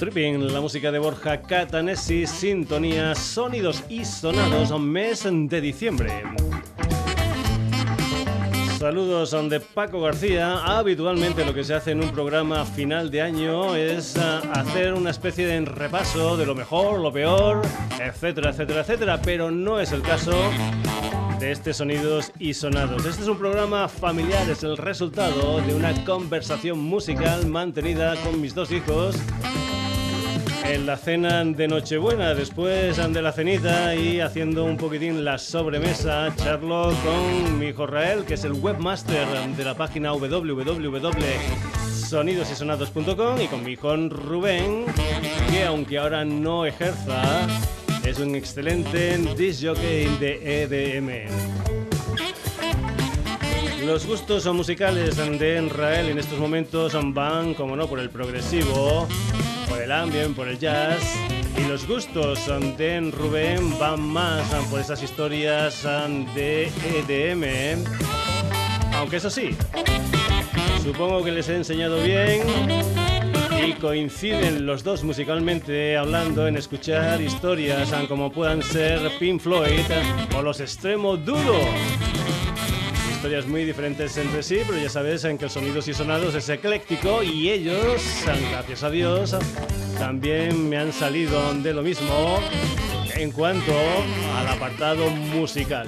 Tripping, la música de Borja Catanesi, sintonía, sonidos y sonados, mes de diciembre. Saludos de Paco García. Habitualmente lo que se hace en un programa final de año es hacer una especie de repaso de lo mejor, lo peor, etcétera, etcétera, etcétera, pero no es el caso de este Sonidos y Sonados. Este es un programa familiar, es el resultado de una conversación musical mantenida con mis dos hijos en la cena de Nochebuena, después de la cenita y haciendo un poquitín la sobremesa, charlo con mi hijo Rael, que es el webmaster de la página www.sonidosysonados.com, y con mi hijo Rubén, que aunque ahora no ejerza, es un excelente disc jockey de EDM. Los gustos musicales de Rael en estos momentos van, como no, por el progresivo, por el ambient, por el jazz, y los gustos de Rubén van más por esas historias de EDM, aunque eso sí, supongo que les he enseñado bien y coinciden los dos musicalmente hablando en escuchar historias como puedan ser Pink Floyd o los Extremo Duro. Historias muy diferentes entre sí, pero ya sabes en que el Sonidos y Sonados es ecléctico y ellos, gracias a Dios, también me han salido de lo mismo en cuanto al apartado musical.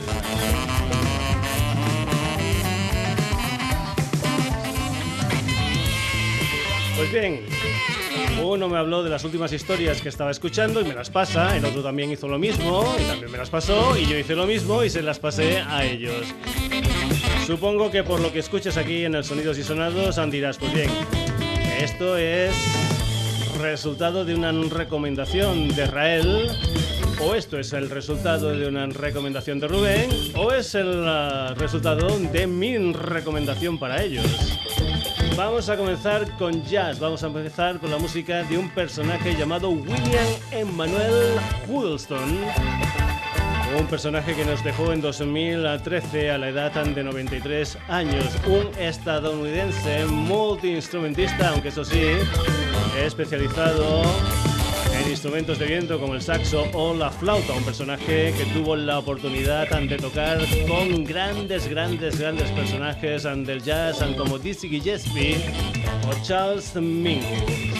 Pues bien, uno me habló de las últimas historias que estaba escuchando y me las pasa, el otro también hizo lo mismo y también me las pasó, y yo hice lo mismo y se las pasé a ellos. Supongo que por lo que escuches aquí en el Sonidos y Sonados dirás, pues bien, esto es resultado de una recomendación de Rael, o esto es el resultado de una recomendación de Rubén, o es el resultado de mi recomendación para ellos. Vamos a comenzar con jazz, vamos a empezar con la música de un personaje llamado William Emanuel Huddleston. Un personaje que nos dejó en 2013 a la edad de 93 años. Un estadounidense multiinstrumentista, aunque eso sí, especializado en instrumentos de viento como el saxo o la flauta. Un personaje que tuvo la oportunidad de tocar con grandes personajes del jazz como Dizzy Gillespie o Charles Mingus.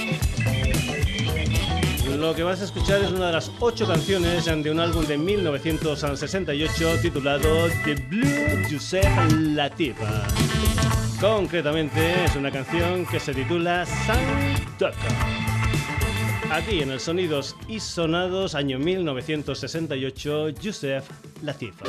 Lo que vas a escuchar es una de las 8 canciones de un álbum de 1968 titulado The Blue Giuseppe Latifa. Concretamente es una canción que se titula Sun Duck. Aquí en el Sonidos y Sonados, año 1968, Giuseppe Latifa.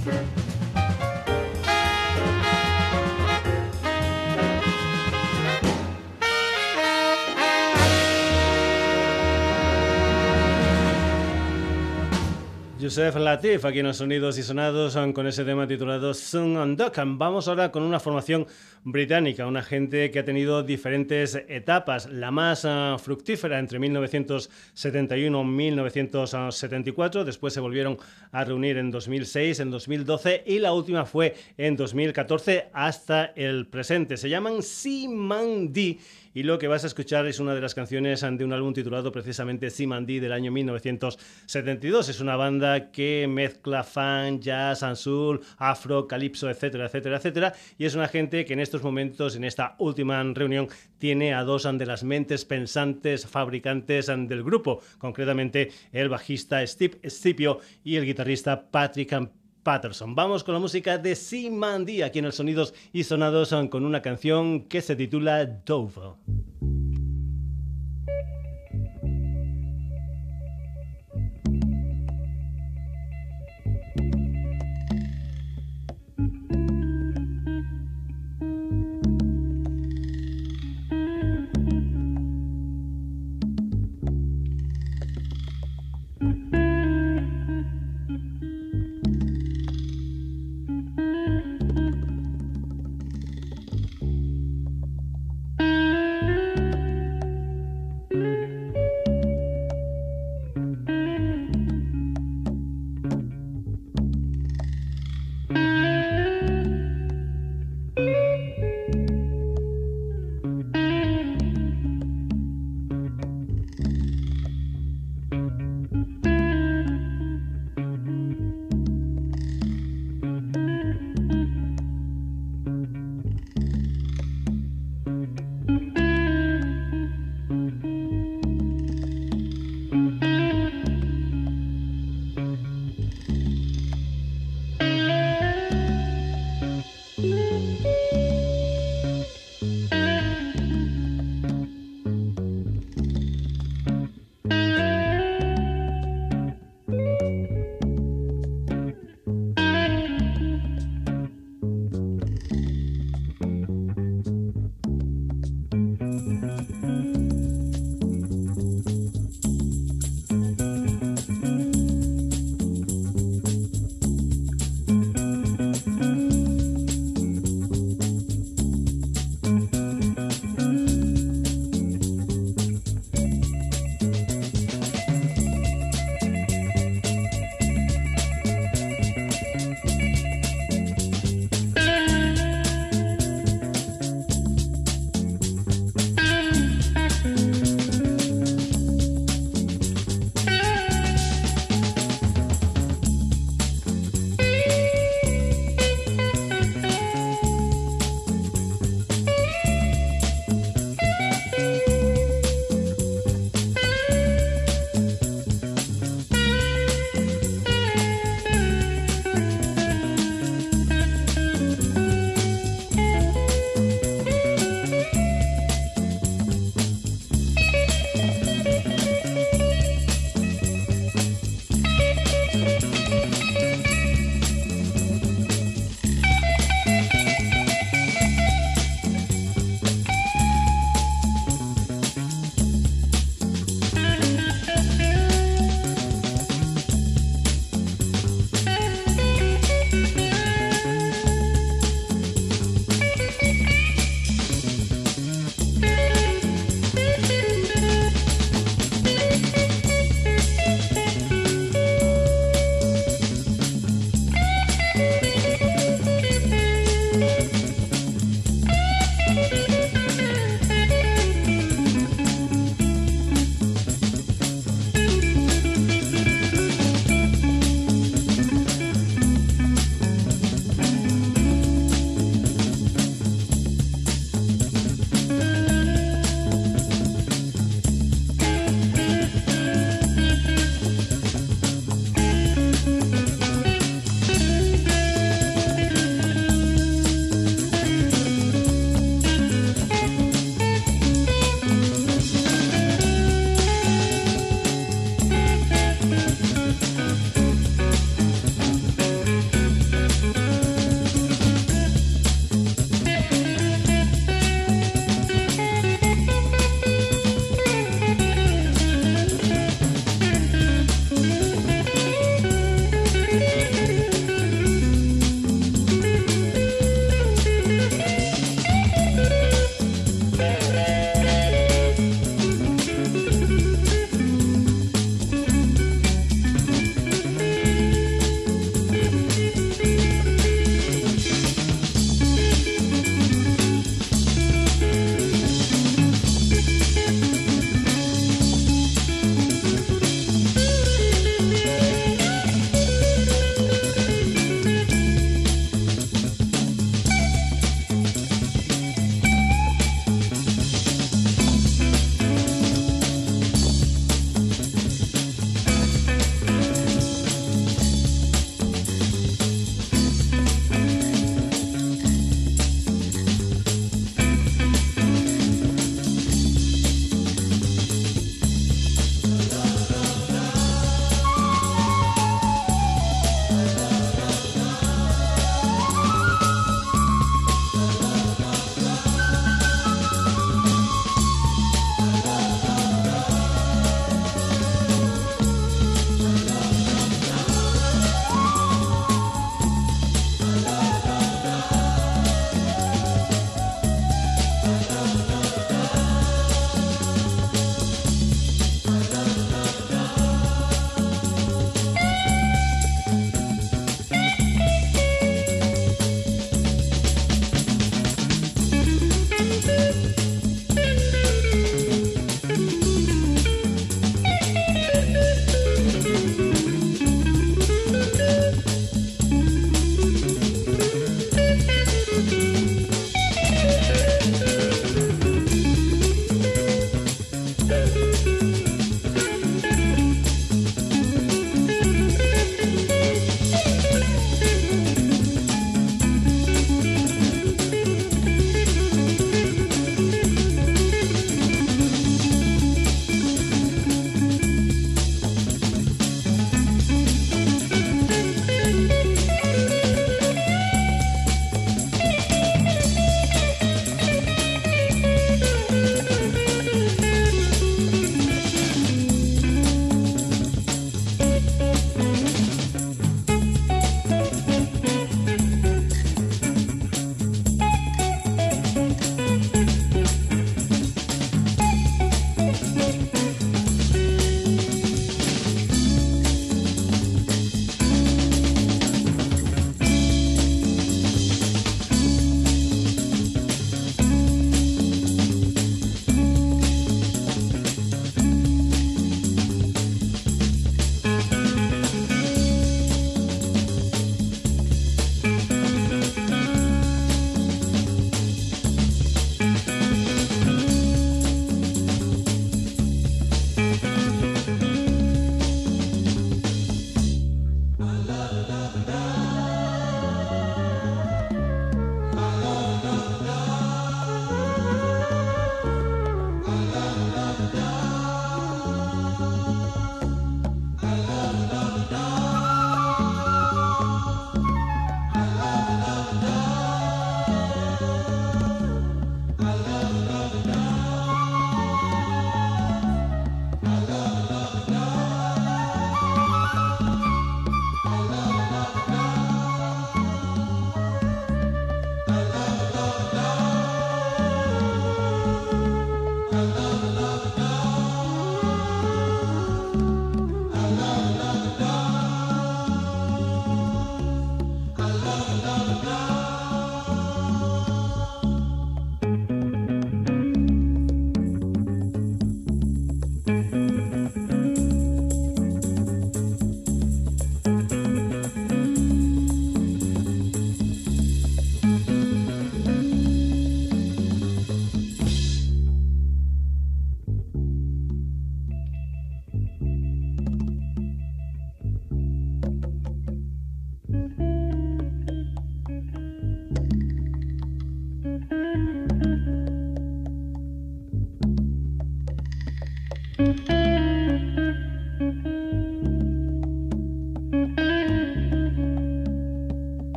Yusef Lateef, aquí en los Sonidos y Sonados, con ese tema titulado Sung and Duck. Vamos ahora con una formación británica, una gente que ha tenido diferentes etapas. La más fructífera entre 1971 y 1974, después se volvieron a reunir en 2006, en 2012 y la última fue en 2014 hasta el presente. Se llaman Simandi. Y lo que vas a escuchar es una de las canciones de un álbum titulado precisamente Simandi del año 1972. Es una banda que mezcla funk, jazz, soul, afro, calipso, etcétera, etcétera, etcétera. Y es una gente que en estos momentos, en esta última reunión, tiene a dos de las mentes pensantes, fabricantes del grupo. Concretamente el bajista Steve Scipio y el guitarrista Patrick Patterson. Vamos con la música de Simandi aquí en el Sonidos y Sonados con una canción que se titula Dove.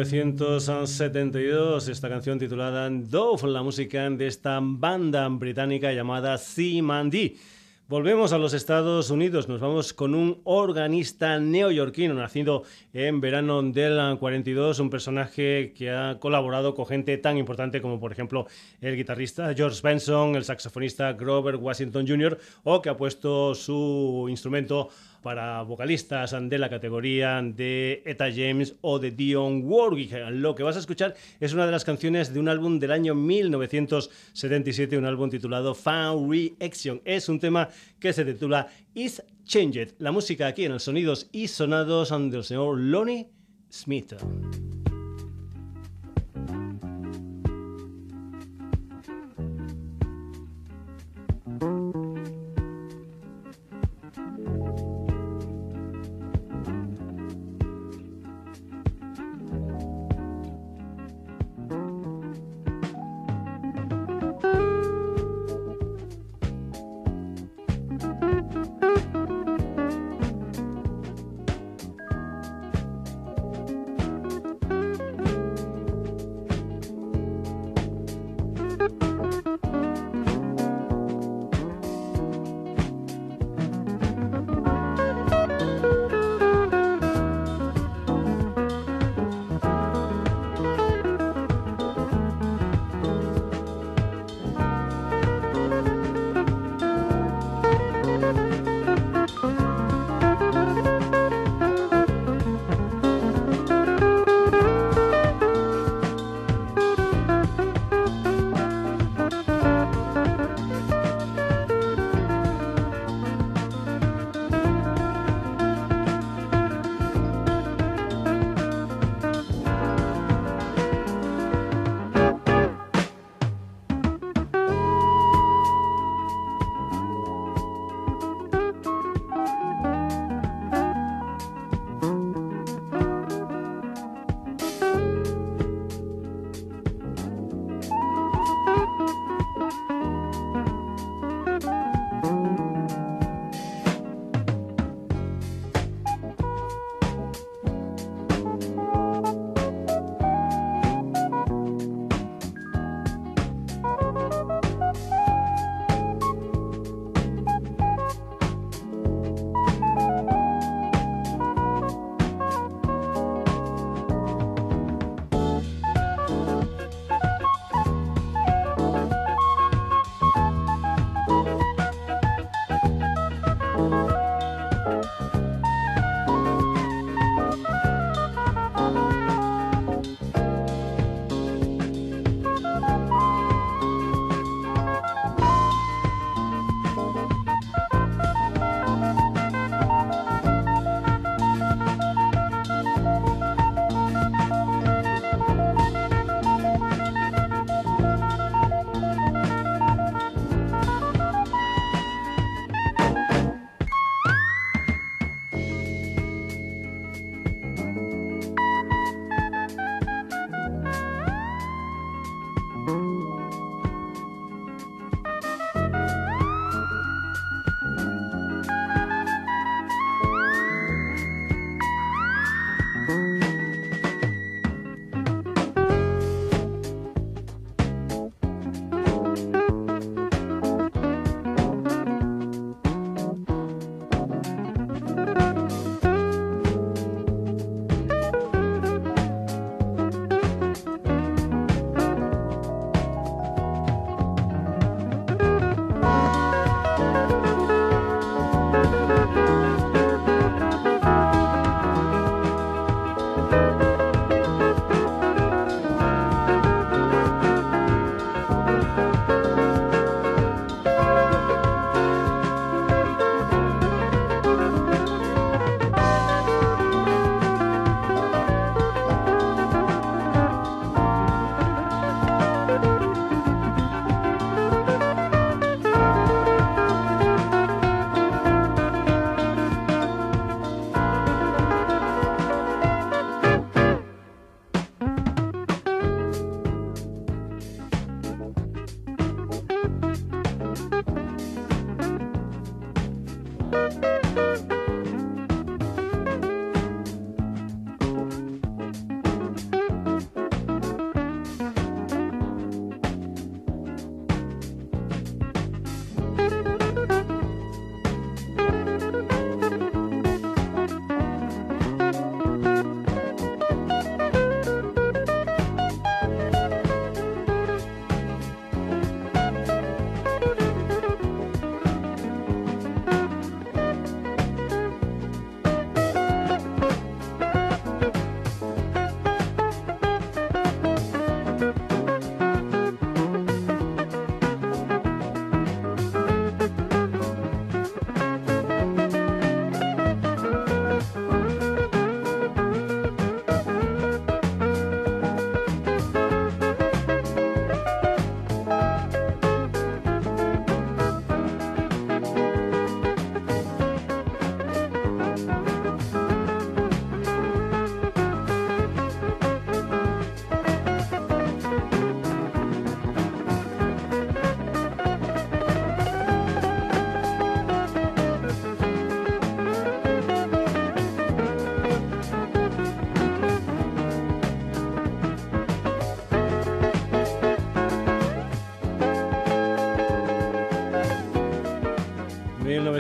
1972, esta canción titulada Dove, la música de esta banda británica llamada C-Man-D. Volvemos a los Estados Unidos, nos vamos con un organista neoyorquino nacido en verano del 42, un personaje que ha colaborado con gente tan importante como por ejemplo el guitarrista George Benson, el saxofonista Grover Washington Jr. o que ha puesto su instrumento para vocalistas de la categoría de Etta James o de Dionne Warwick. Lo que vas a escuchar es una de las canciones de un álbum del año 1977, un álbum titulado Fan Reaction. Es un tema que se titula Is Changed. La música aquí en el Sonidos y Sonados del señor Lonnie Smith.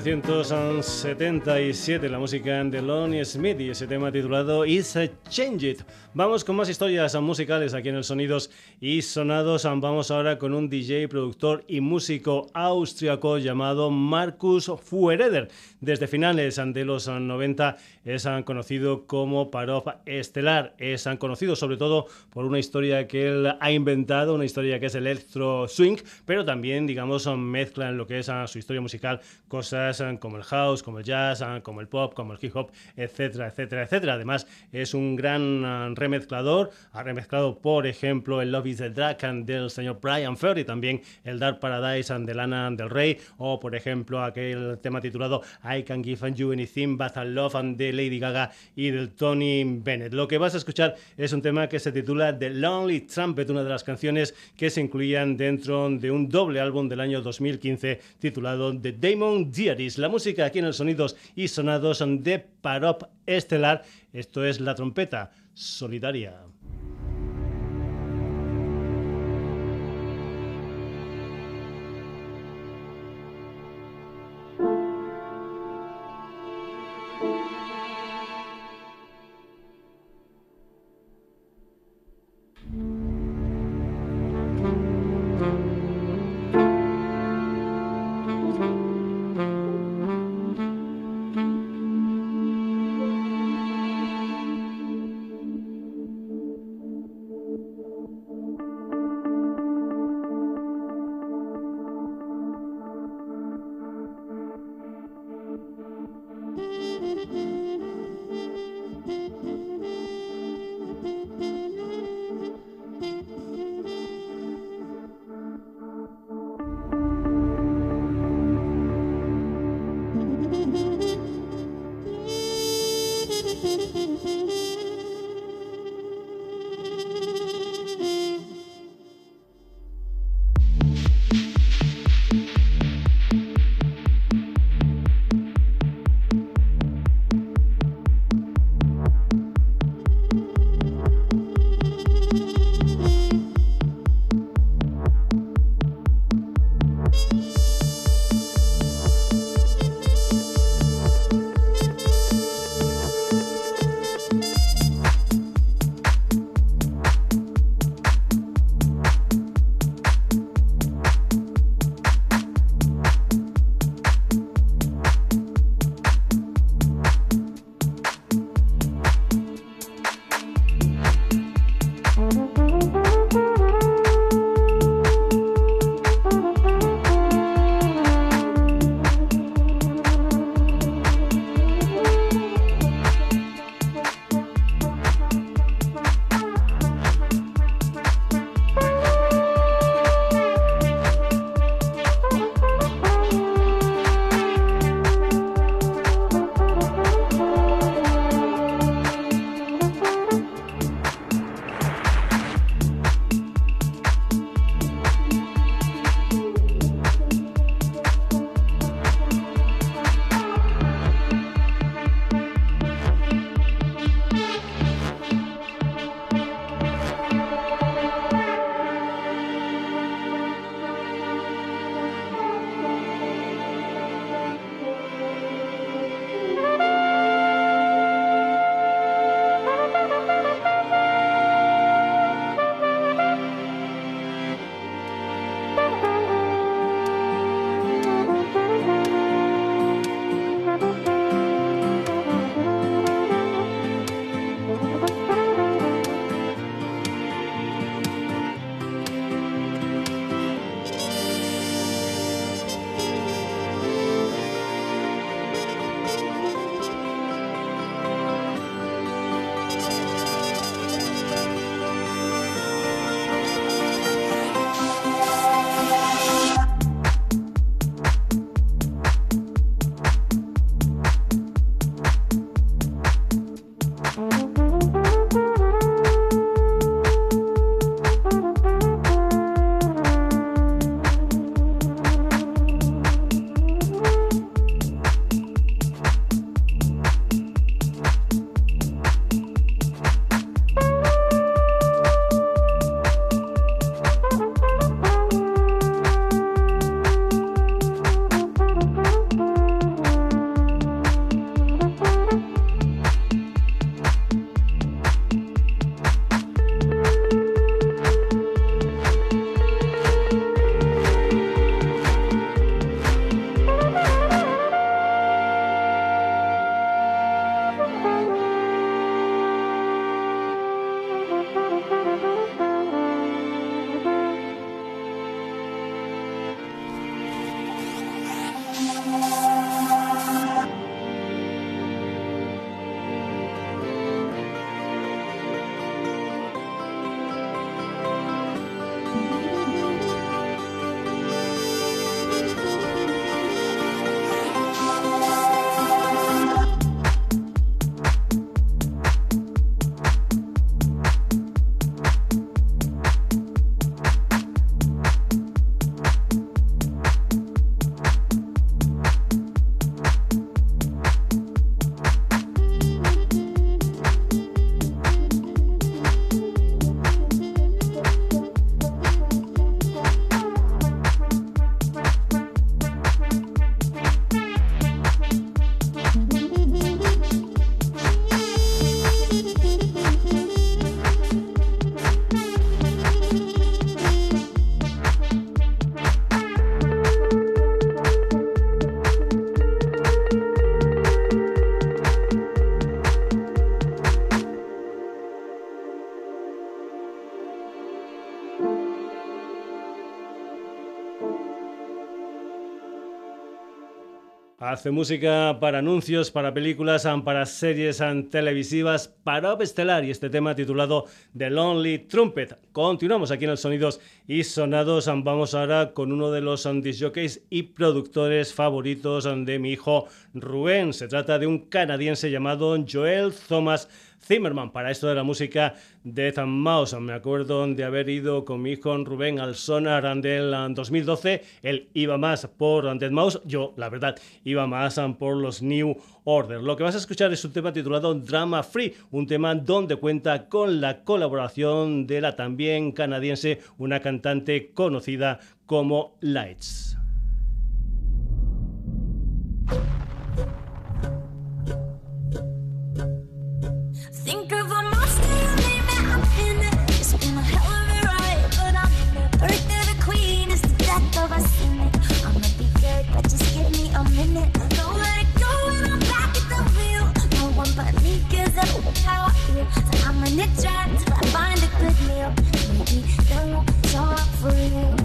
1977, la música de Lonnie Smith y ese tema titulado It's a Change It. Vamos con más historias musicales aquí en el Sonidos y Sonados. Vamos ahora con un DJ, productor y músico austriaco llamado Markus Fuereder. Desde finales de los 90 es conocido como Parov Estelar. Es conocido sobre todo por una historia que él ha inventado, una historia que es el electro swing, pero también, digamos, mezcla en lo que es su historia musical cosas como el house, como el jazz, como el pop, como el hip hop, etcétera, etcétera, etcétera. Además, es un gran remezclador. Ha remezclado, por ejemplo, el Love is the Drag del señor Brian Ferry, también el Dark Paradise de Lana del Rey, o, por ejemplo, aquel tema titulado I Can Give You Anything But a Love de Lady Gaga y del Tony Bennett. Lo que vas a escuchar es un tema que se titula The Lonely Trumpet, una de las canciones que se incluían dentro de un doble álbum del año 2015 titulado The Demon Diaries. La música aquí en el Sonidos y Sonados de Parov Estelar. Esto es la trompeta solidaria. Hace música para anuncios, para películas, para series televisivas, para Estelar y este tema titulado The Lonely Trumpet. Continuamos aquí en el Sonidos y Sonados. Vamos ahora con uno de los discjockeys y productores favoritos de mi hijo Rubén. Se trata de un canadiense llamado Joel Thomas Zimmerman. Para esto de la música de Dead Mouse, me acuerdo de haber ido con mi hijo Rubén al Sonar del 2012. Él iba más por Dead Mouse, yo la verdad iba más por los New Order. Lo que vas a escuchar es un tema titulado Drama Free, un tema donde cuenta con la colaboración de la también canadiense, una cantante conocida como Lights. But just give me a minute. Don't let it go when I'm back at the wheel. No one but me gives a how I feel. So I'm gonna try till I find a good meal. Maybe then we'll talk for real.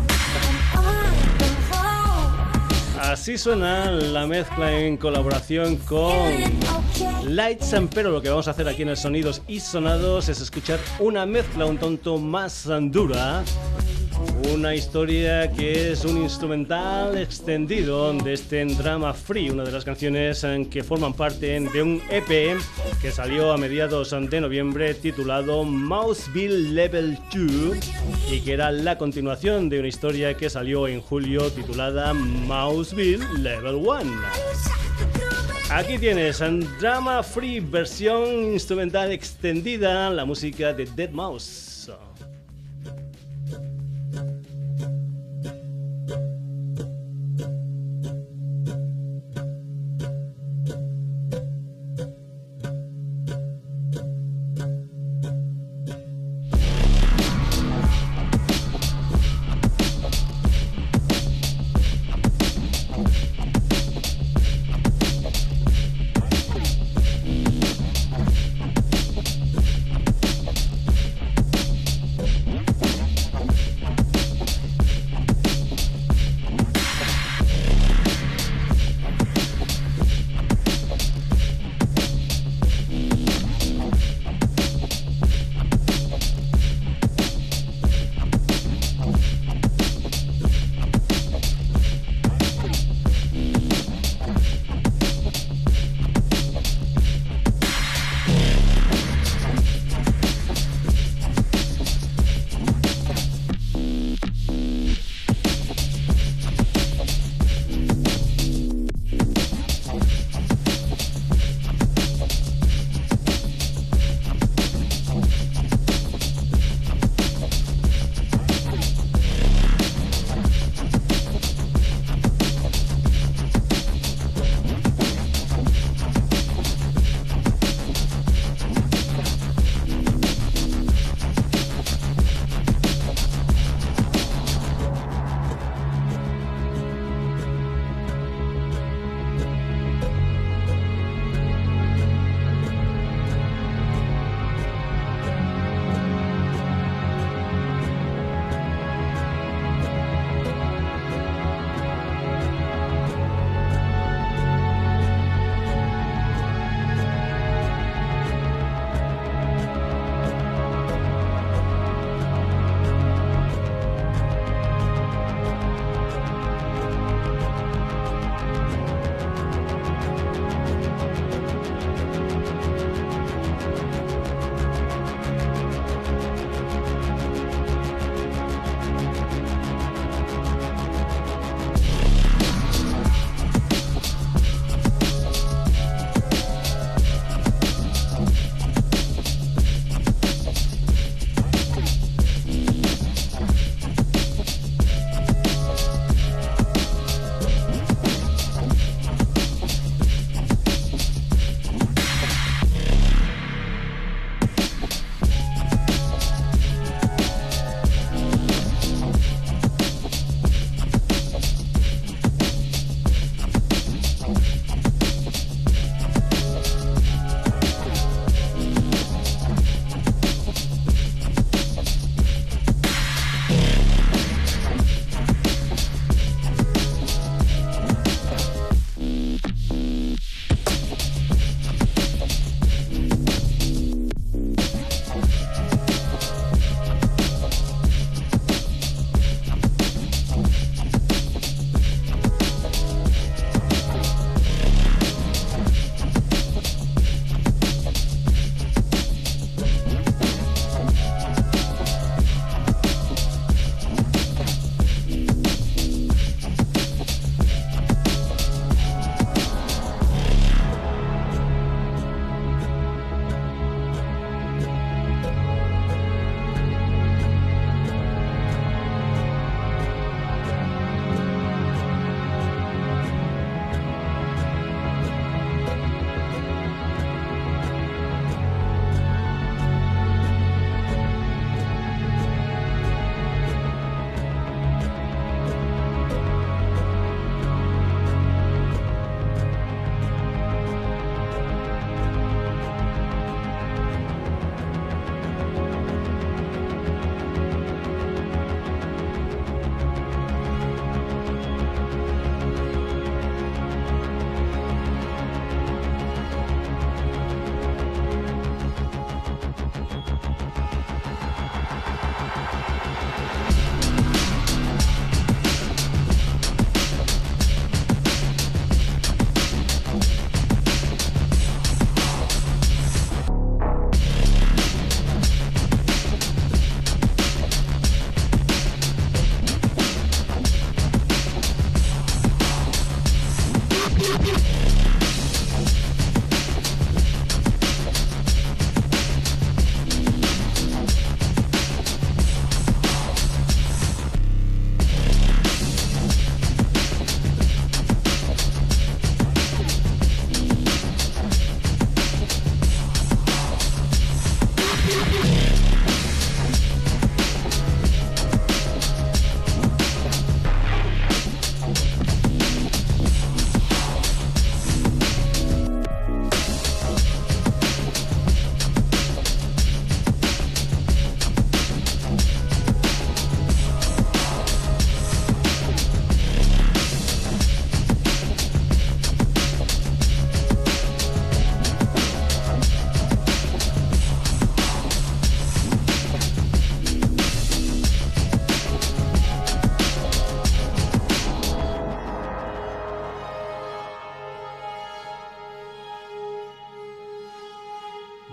Así suena la mezcla en colaboración con Lights, pero lo que vamos a hacer aquí en el Sonidos y Sonados es escuchar una mezcla un tanto más dura. Una historia que es un instrumental extendido de este Drama Free, una de las canciones que forman parte de un EP que salió a mediados de noviembre titulado Mouseville Level 2 y que era la continuación de una historia que salió en julio titulada Mouseville Level 1. Aquí tienes Drama Free versión instrumental extendida, la música de Dead Mouse.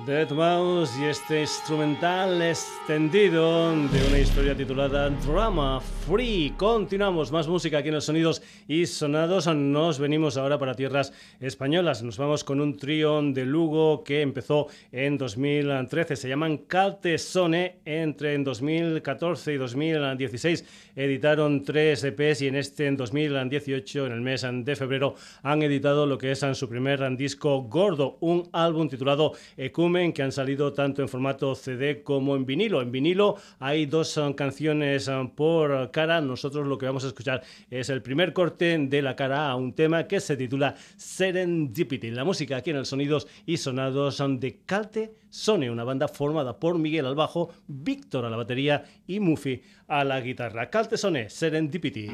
Deadmau5 y este instrumental extendido de una historia titulada Drama Free. Continuamos, más música aquí en los Sonidos y Sonados. Nos venimos ahora para tierras españolas. Nos vamos con un trío de Lugo que empezó en 2013. Se llaman Caltesone. En 2014 y 2016 editaron 3 EPs y en 2018, en el mes de febrero, han editado lo que es su primer disco gordo, un álbum titulado Ecumen, que han salido tanto en formato CD como en vinilo. En vinilo hay 2 canciones por cara. Nosotros lo que vamos a escuchar es el primer corte de la cara A, un tema que se titula Serendipity. La música aquí en el Sonidos y Sonados de Caltesone, una banda formada por Miguel al bajo, Víctor a la batería y Mufi a la guitarra. Caltesone, Serendipity.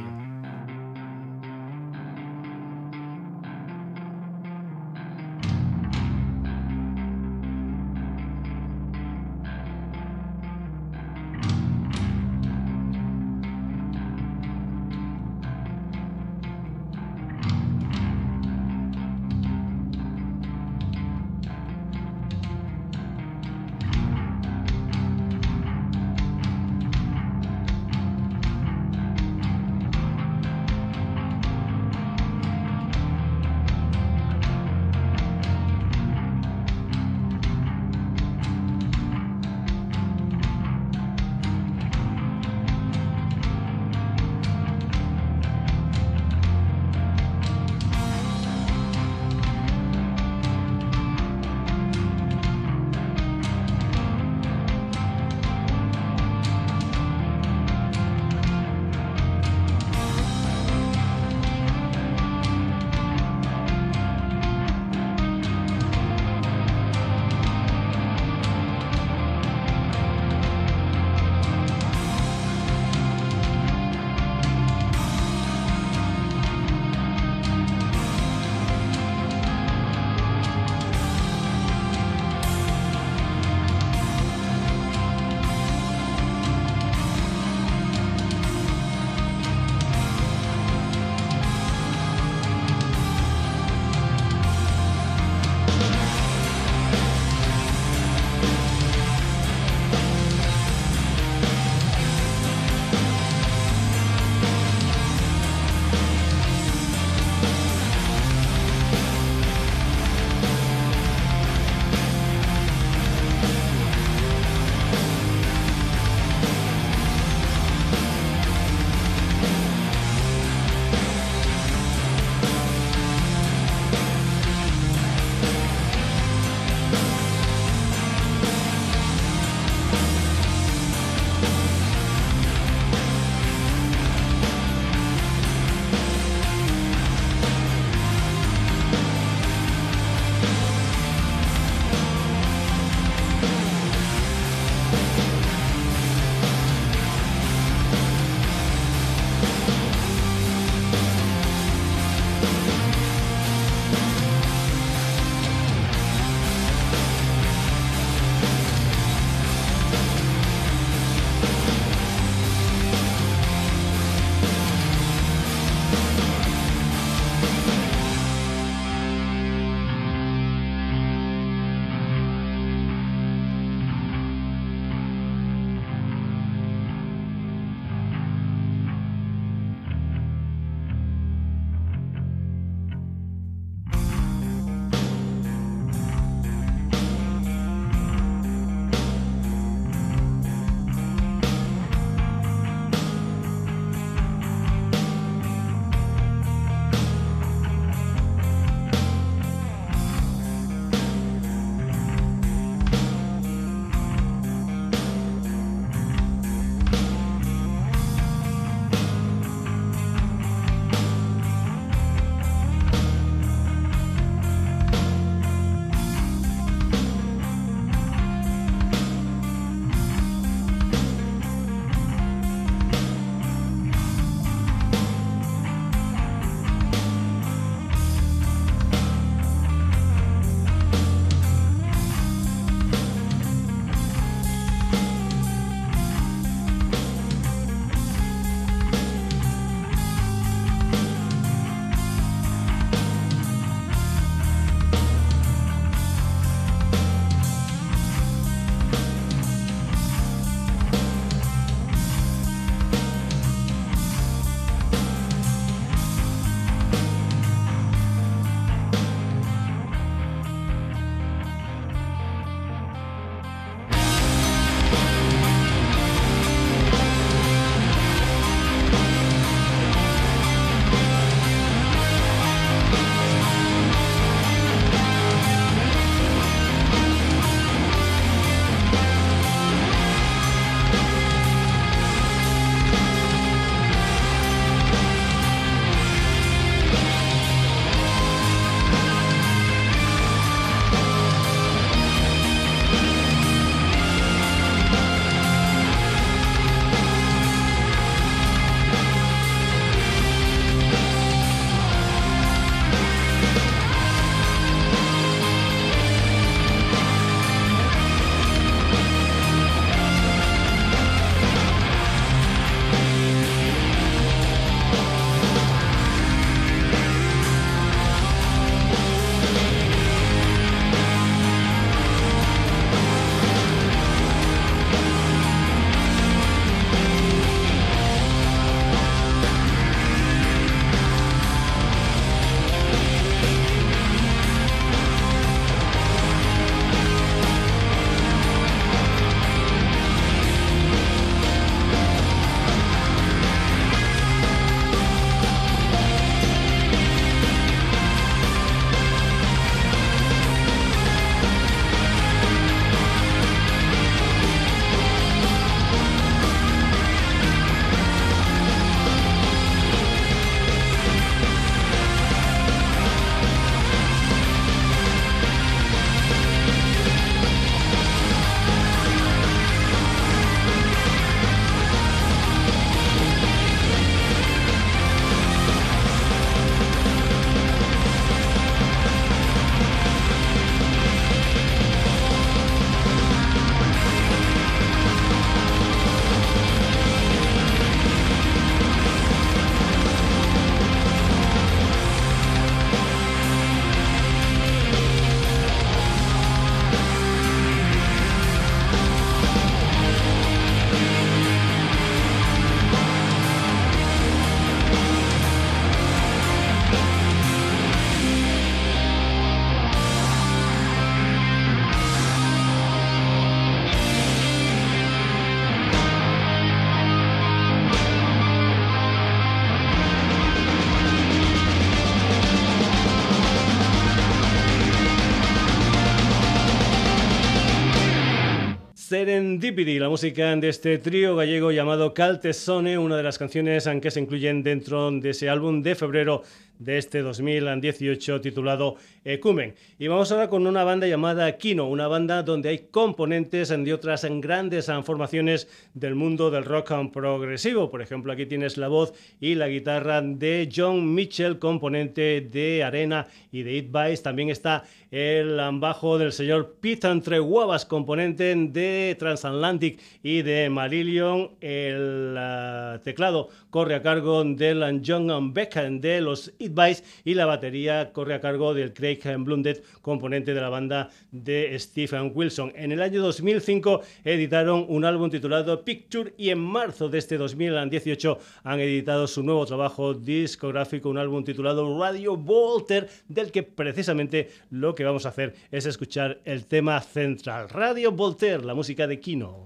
Serendipity, la música de este trío gallego llamado Caltesone, una de las canciones que se incluyen dentro de ese álbum de febrero de este 2018 titulado Ecumen. Y vamos ahora con una banda llamada Kino, una banda donde hay componentes de otras grandes formaciones del mundo del rock progresivo. Por ejemplo, aquí tienes la voz y la guitarra de John Mitchell, componente de Arena y de It Vice. También está el bajo del señor Pete Entreguavas, componente de Transatlantic y de Marillion. El teclado corre a cargo del John Beck de los It Vice y la batería corre a cargo del Craig Blundet, componente de la banda de Stephen Wilson. En el año 2005 editaron un álbum titulado Picture y en marzo de este 2018 han editado su nuevo trabajo discográfico, un álbum titulado Radio Voltaire, del que precisamente lo que vamos a hacer es escuchar el tema central. Radio Voltaire, la música de Kino.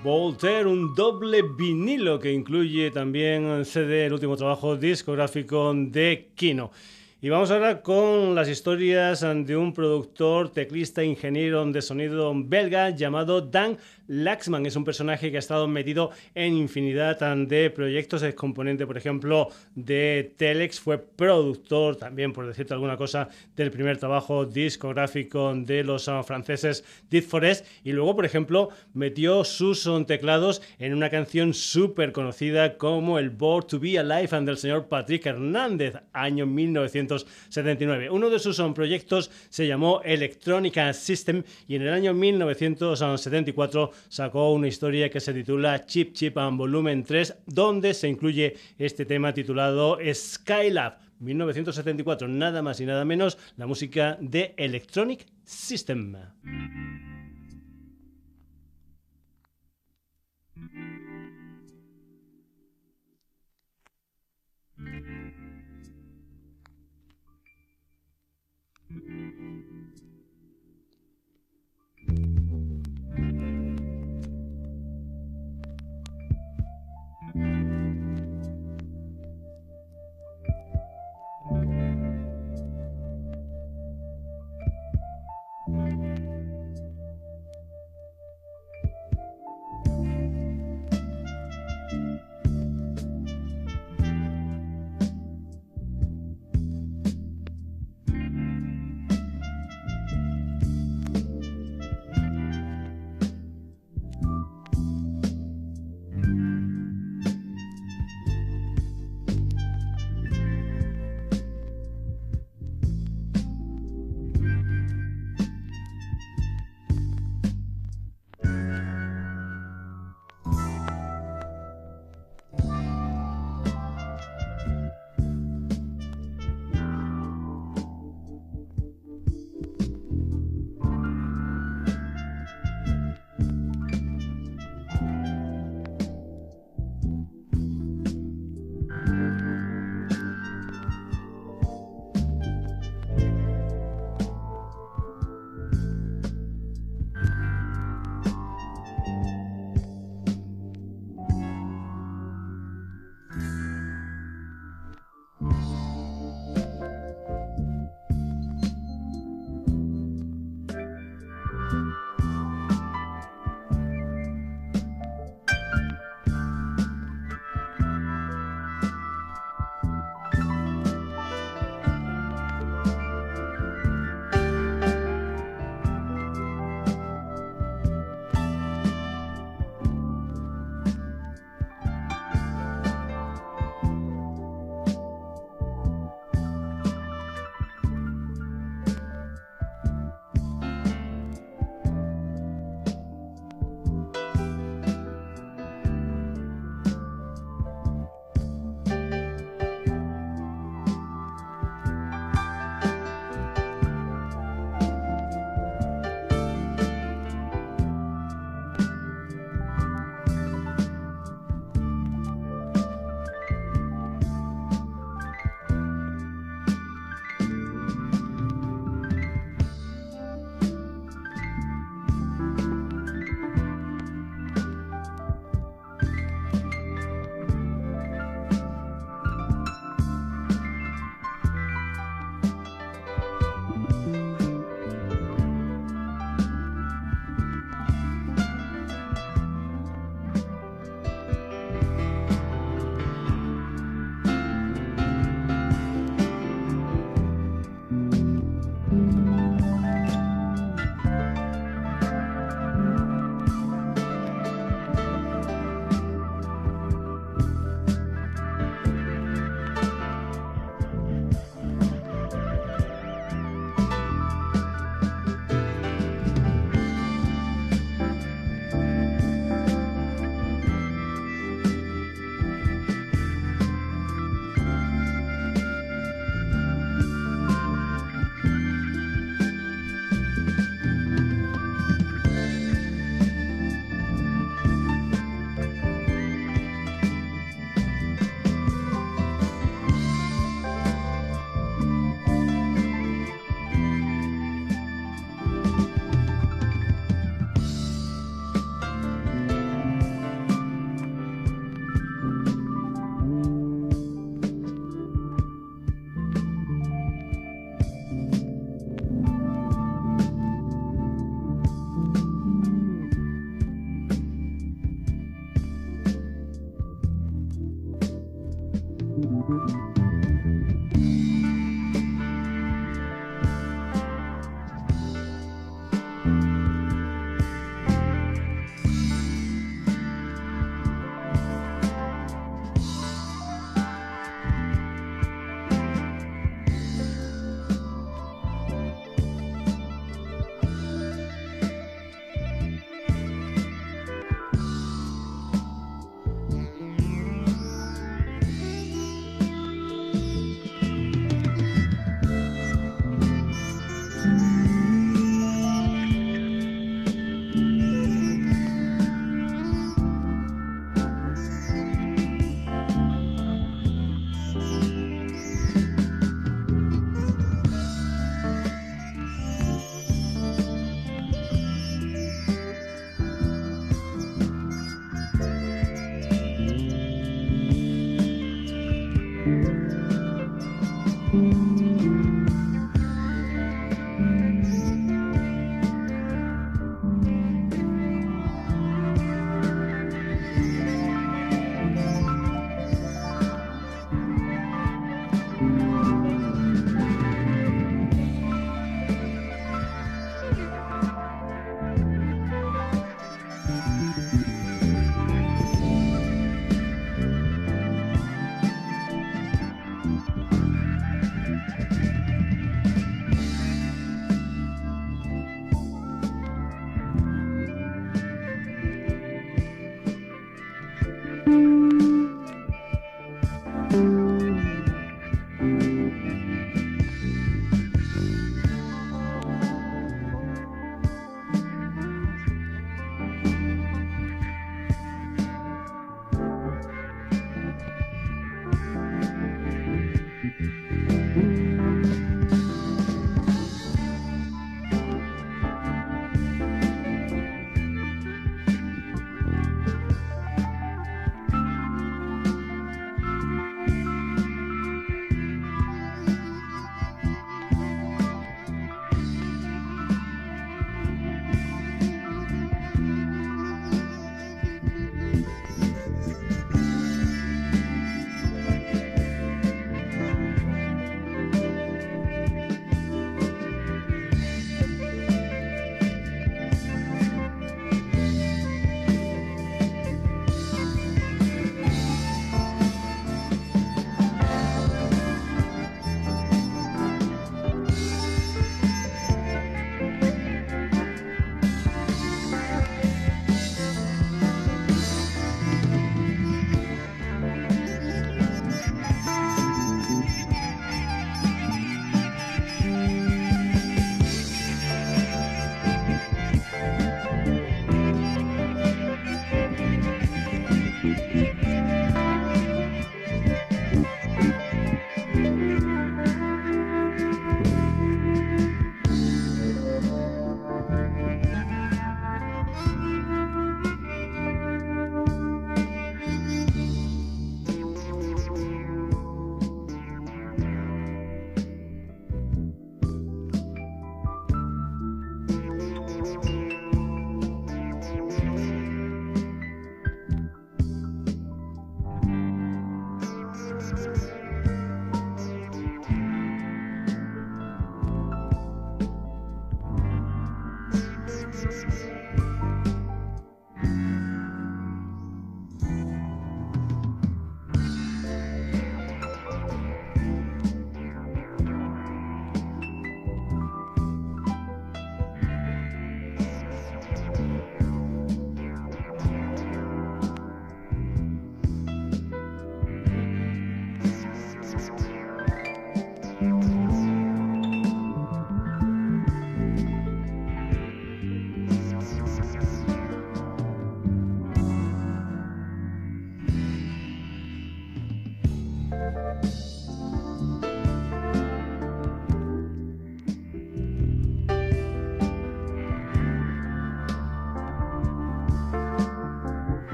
Voltaire, un doble vinilo que incluye también CD, el último trabajo discográfico de Kino. Y vamos ahora con las historias de un productor, teclista, ingeniero de sonido belga llamado Dan Laxman. Es un personaje que ha estado metido en infinidad de proyectos. Es componente, por ejemplo, de Telex. Fue productor también, por decirte alguna cosa, del primer trabajo discográfico de los franceses Dead Forest. Y luego, por ejemplo, metió sus teclados en una canción súper conocida como el Born to Be Alive del señor Patrick Hernández, año 1979. Uno de sus proyectos se llamó Electronica System y en el año 1974 sacó una historia que se titula Chip Chip Volumen 3, donde se incluye este tema titulado Skylab. 1974, nada más y nada menos, la música de Electronic System.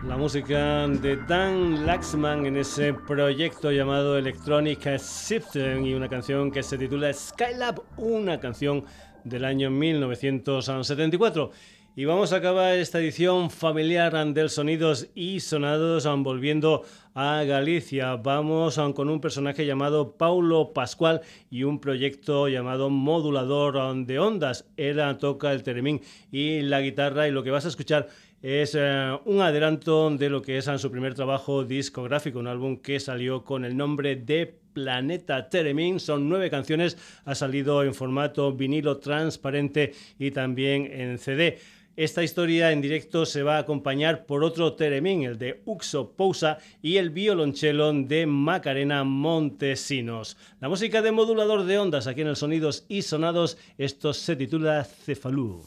La música de Dan Laxman en ese proyecto llamado Electronic System y una canción que se titula Skylab, una canción del año 1974. Y vamos a acabar esta edición familiar del Sonidos y Sonados volviendo a Galicia. Vamos con un personaje llamado Paulo Pascual y un proyecto llamado Modulador de Ondas. Él toca el theremin y la guitarra, y lo que vas a escuchar es un adelanto de lo que es su primer trabajo discográfico, un álbum que salió con el nombre de Planeta Theremin. Son 9 canciones, ha salido en formato vinilo transparente y también en CD. Esta historia en directo se va a acompañar por otro theremin, el de Uxo Pousa, y el violonchelo de Macarena Montesinos. La música de Modulador de Ondas aquí en el Sonidos y Sonados, esto se titula Cefalú.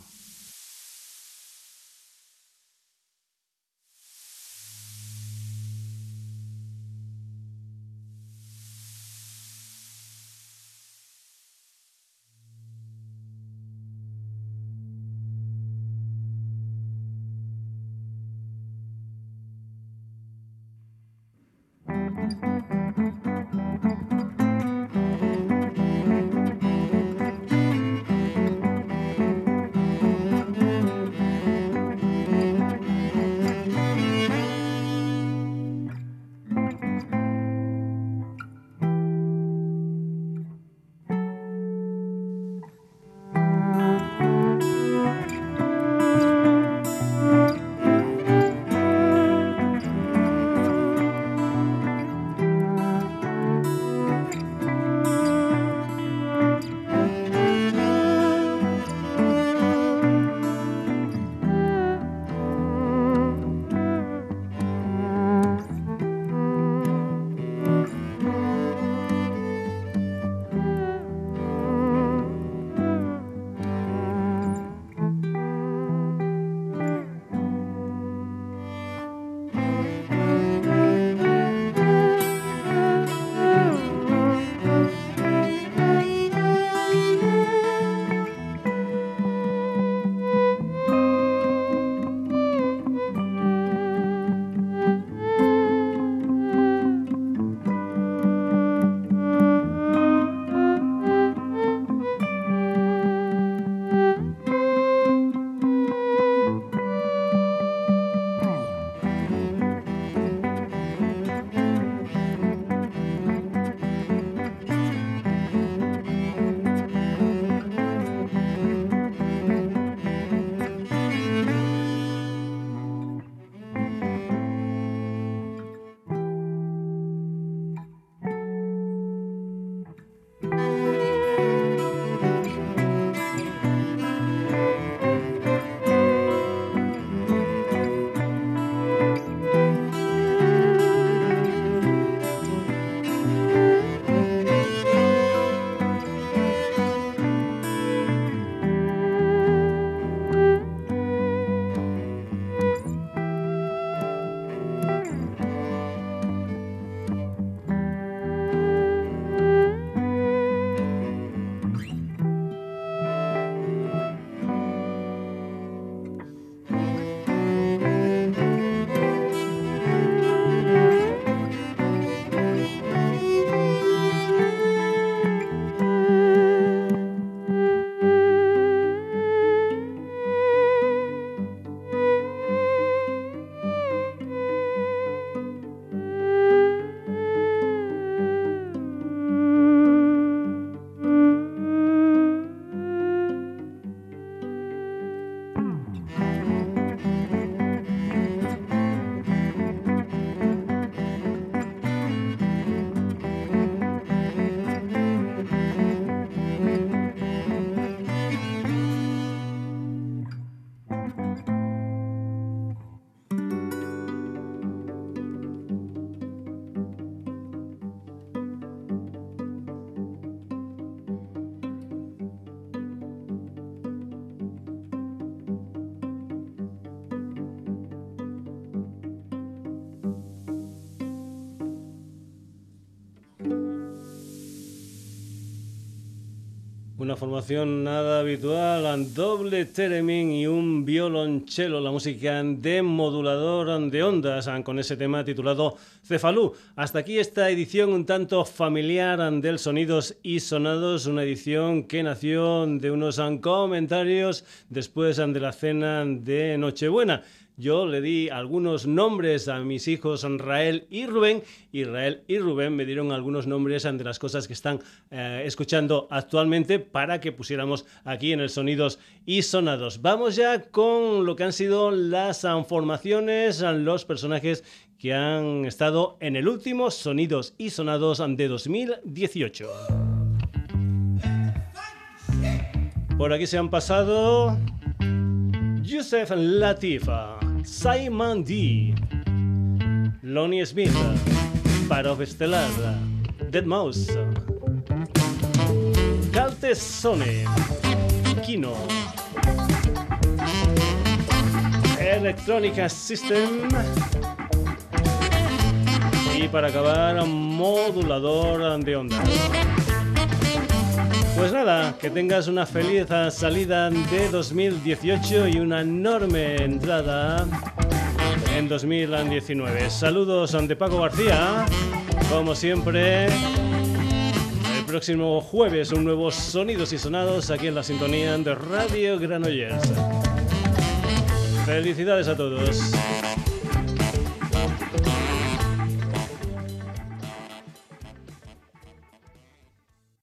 Una formación nada habitual, doble theremin y un violonchelo, la música de modulador de ondas, con ese tema titulado Cefalú. Hasta aquí esta edición un tanto familiar del Sonidos y Sonados, una edición que nació de unos comentarios después de la cena de Nochebuena. Yo le di algunos nombres a mis hijos Rael y Rubén, y Rael y Rubén me dieron algunos nombres de las cosas que están escuchando actualmente para que pusiéramos aquí en el Sonidos y Sonados. Vamos ya con lo que han sido las formaciones, los personajes que han estado en el último Sonidos y Sonados de 2018. Por aquí se han pasado Yusef Lateef, Simon D, Lonnie Smith, Parov Stellar, Deadmau5, Caltesone, Kino, Electronica System y para acabar modulador de ondas. Pues nada, que tengas una feliz salida de 2018 y una enorme entrada en 2019. Saludos de Paco García, como siempre. El próximo jueves un nuevo Sonidos y Sonados aquí en la sintonía de Radio Granollers. Felicidades a todos.